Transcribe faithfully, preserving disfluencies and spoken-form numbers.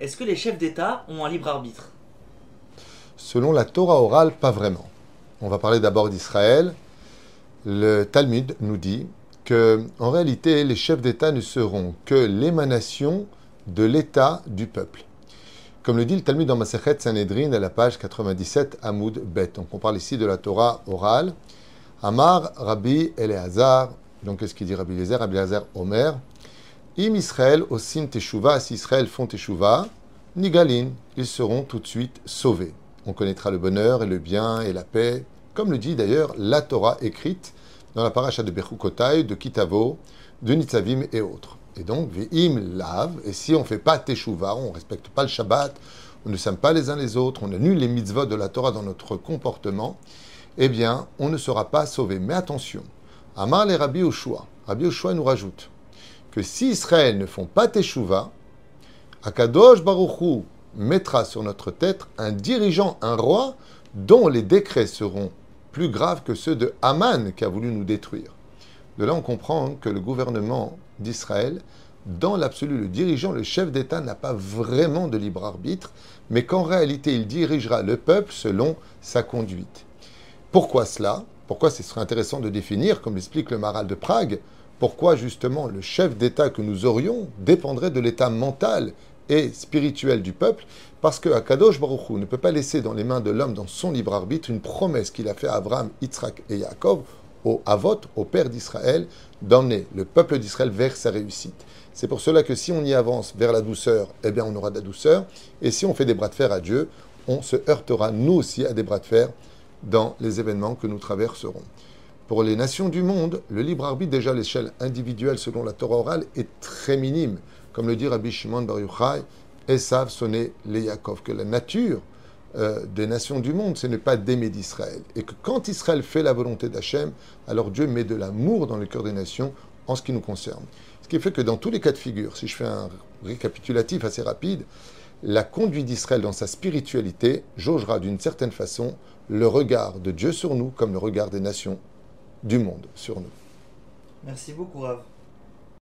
est-ce que les chefs d'État ont un libre arbitre? Selon la Torah orale, pas vraiment. On va parler d'abord d'Israël. Le Talmud nous dit que, en réalité, les chefs d'État ne seront que l'émanation de l'État du peuple. Comme le dit le Talmud dans Masechet Sanhedrin à la page quatre-vingt-dix-sept, Hamoud Bet. Donc on parle ici de la Torah orale. Amar Rabbi Eleazar, donc qu'est-ce qu'il dit Rabbi Eliezer? Rabbi Eliezer Omer. Im Israël osim teshuva, si Israël font teshuva, nigalin, ils seront tout de suite sauvés. On connaîtra le bonheur et le bien et la paix, comme le dit d'ailleurs la Torah écrite dans la paracha de Bechukotai, de Kitavo, de Nitzavim et autres. Et donc, ve'im lav, et si on ne fait pas teshuva, on ne respecte pas le Shabbat, on ne s'aime pas les uns les autres, on annule les mitzvot de la Torah dans notre comportement, eh bien, on ne sera pas sauvé. Mais attention, Amar les Rabbi Yoshua, Rabbi Yoshua nous rajoute que si Israël ne font pas teshuva, Akadosh Baruch Hu mettra sur notre tête un dirigeant, un roi, dont les décrets seront plus graves que ceux de Haman qui a voulu nous détruire. De là, on comprend que le gouvernement d'Israël, dans l'absolu, le dirigeant, le chef d'État n'a pas vraiment de libre arbitre, mais qu'en réalité, il dirigera le peuple selon sa conduite. Pourquoi cela? Pourquoi ce serait intéressant de définir, comme l'explique le Maharal de Prague, pourquoi justement le chef d'État que nous aurions dépendrait de l'état mental et spirituel du peuple? Parce que Akadosh Baruch Hu ne peut pas laisser dans les mains de l'homme, dans son libre arbitre, une promesse qu'il a faite à Abraham, Yitzhak et Yaakov, au Avot, au père d'Israël, d'emmener le peuple d'Israël vers sa réussite. C'est pour cela que si on y avance vers la douceur, eh bien on aura de la douceur. Et si on fait des bras de fer à Dieu, on se heurtera nous aussi à des bras de fer dans les événements que nous traverserons. Pour les nations du monde, le libre arbitre, déjà à l'échelle individuelle selon la Torah orale, est très minime. Comme le dit Rabbi Shimon Bar Yochai, Esav sonné les Yaakov, que la nature euh, des nations du monde, ce n'est pas d'aimer d'Israël. Et que quand Israël fait la volonté d'Hachem, alors Dieu met de l'amour dans le cœur des nations en ce qui nous concerne. Ce qui fait que dans tous les cas de figure, si je fais un récapitulatif assez rapide, la conduite d'Israël dans sa spiritualité jaugera d'une certaine façon le regard de Dieu sur nous comme le regard des nations du monde sur nous. Merci beaucoup, Rav.